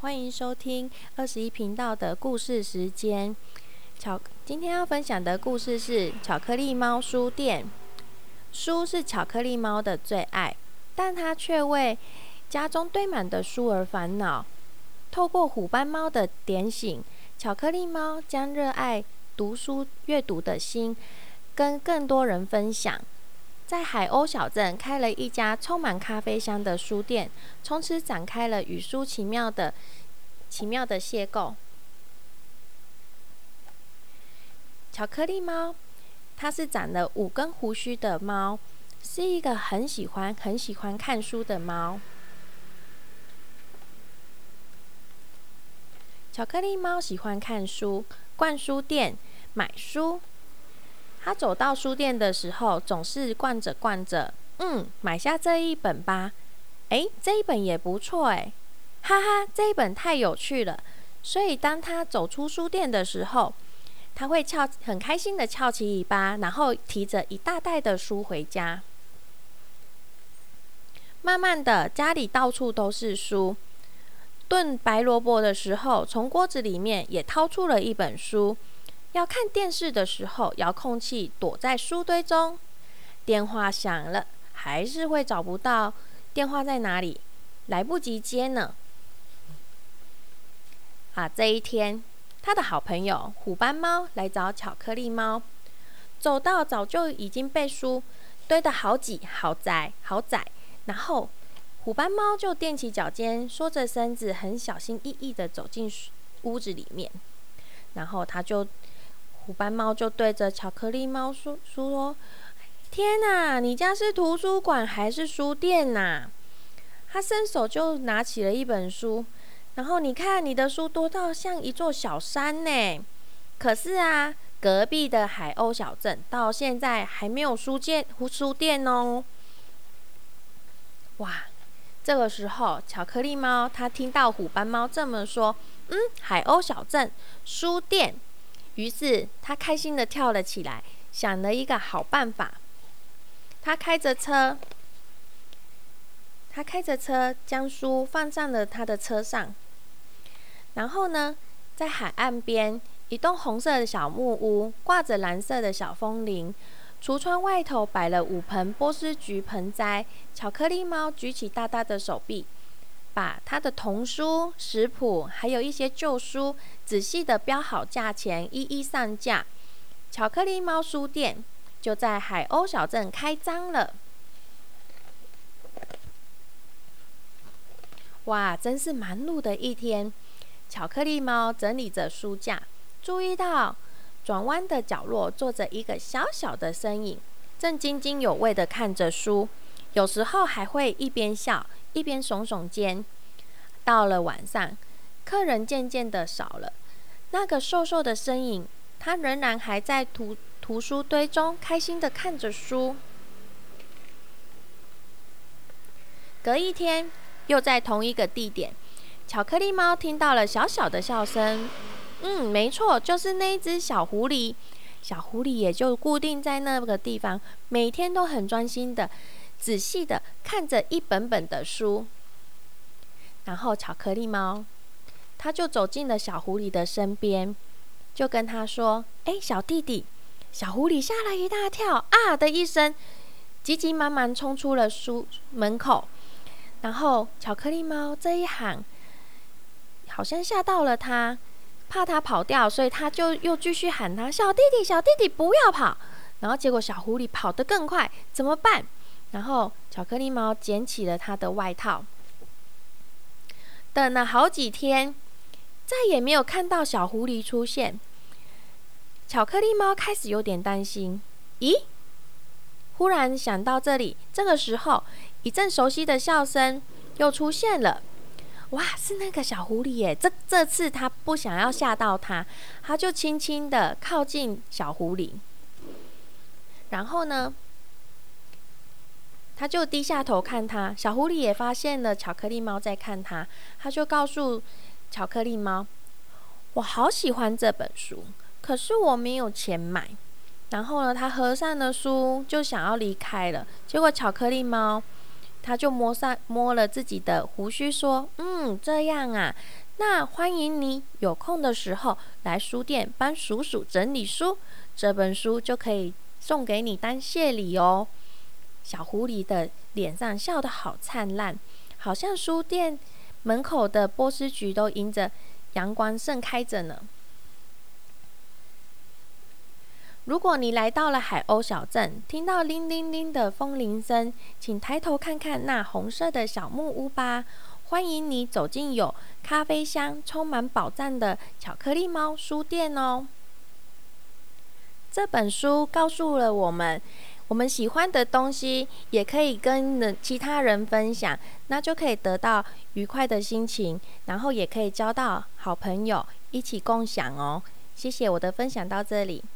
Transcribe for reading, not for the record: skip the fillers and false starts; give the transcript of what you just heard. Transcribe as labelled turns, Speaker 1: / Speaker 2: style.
Speaker 1: 欢迎收听21频道的故事时间。今天要分享的故事是巧克力猫书店。书是巧克力猫的最爱，但它却为家中堆满的书而烦恼。透过虎斑猫的点醒，巧克力猫将热爱读书阅读的心跟更多人分享。在海鸥小镇开了一家充满咖啡香的书店，从此展开了与书奇妙的邂逅。巧克力猫，它是长了5根胡须的猫，是一个很喜欢看书的猫。巧克力猫喜欢看书，逛书店，买书。他走到书店的时候，总是逛着，买下这一本吧。这一本也不错哈哈，这一本太有趣了。所以当他走出书店的时候，他会很开心的翘起尾巴，然后提着一大袋的书回家。慢慢的，家里到处都是书。炖白萝卜的时候，从锅子里面也掏出了一本书。要看电视的时候，遥控器躲在书堆中。电话响了，还是会找不到电话在哪里，来不及接呢。这一天，他的好朋友虎斑猫来找巧克力猫，走到早就已经被书堆得好挤、好窄，然后虎斑猫就踮起脚尖，缩着身子，很小心翼翼地走进屋子里面。然后虎斑猫就对着巧克力猫说：“天哪，你家是图书馆还是书店呐？”他伸手就拿起了一本书，然后你看，你的书多到像一座小山呢。可是隔壁的海鸥小镇到现在还没有书店哦。哇！这个时候，巧克力猫它听到虎斑猫这么说，海鸥小镇书店。于是他开心地跳了起来，想了一个好办法。他开着车将书放上了他的车上。然后呢，在海岸边，一栋红色的小木屋，挂着蓝色的小风铃。橱窗外头摆了5盆波斯菊盆栽。巧克力猫举起大大的手臂，把他的童书、食谱，还有一些旧书，仔细的标好价钱，一一上架。巧克力猫书店就在海鸥小镇开张了。哇，真是忙碌的一天。巧克力猫整理着书架，注意到转弯的角落坐着一个小小的身影，正津津有味地看着书，有时候还会一边笑一边耸肩。到了晚上，客人渐渐的少了，那个瘦瘦的身影，他仍然还在图书堆中开心的看着书。隔一天，又在同一个地点，巧克力猫听到了小小的笑声。没错，就是那一只小狐狸。小狐狸也就固定在那个地方，每天都很专心的、仔细的看着一本本的书。然后巧克力猫，它就走进了小狐狸的身边，就跟他说：“小弟弟。”小狐狸吓了一大跳，的一声，急急忙忙冲出了书门口。然后巧克力猫这一喊，好像吓到了他，怕他跑掉，所以他就又继续喊他：“小弟弟，小弟弟，不要跑！”然后结果小狐狸跑得更快，怎么办？然后巧克力猫捡起了他的外套。等了好几天，再也没有看到小狐狸出现。巧克力猫开始有点担心。忽然想到这里，这个时候，一阵熟悉的笑声又出现了。哇，是那个小狐狸耶！这次他不想要吓到他，他就轻轻的靠近小狐狸。然后呢，他就低下头看他。小狐狸也发现了巧克力猫在看他，他就告诉巧克力猫：“我好喜欢这本书，可是我没有钱买。”然后呢，他合上了书，就想要离开了。结果巧克力猫他就摸了自己的胡须，说：“这样那欢迎你有空的时候来书店帮叔叔整理书，这本书就可以送给你当谢礼哦。小狐狸的脸上笑得好灿烂，好像书店门口的波斯菊都迎着阳光盛开着呢。如果你来到了海鸥小镇，听到铃铃铃的风铃声，请抬头看看那红色的小木屋吧。欢迎你走进有咖啡香、充满宝藏的巧克力猫书店哦。这本书告诉了我们，我们喜欢的东西也可以跟其他人分享，那就可以得到愉快的心情，然后也可以交到好朋友，一起共享哦。谢谢，我的分享到这里。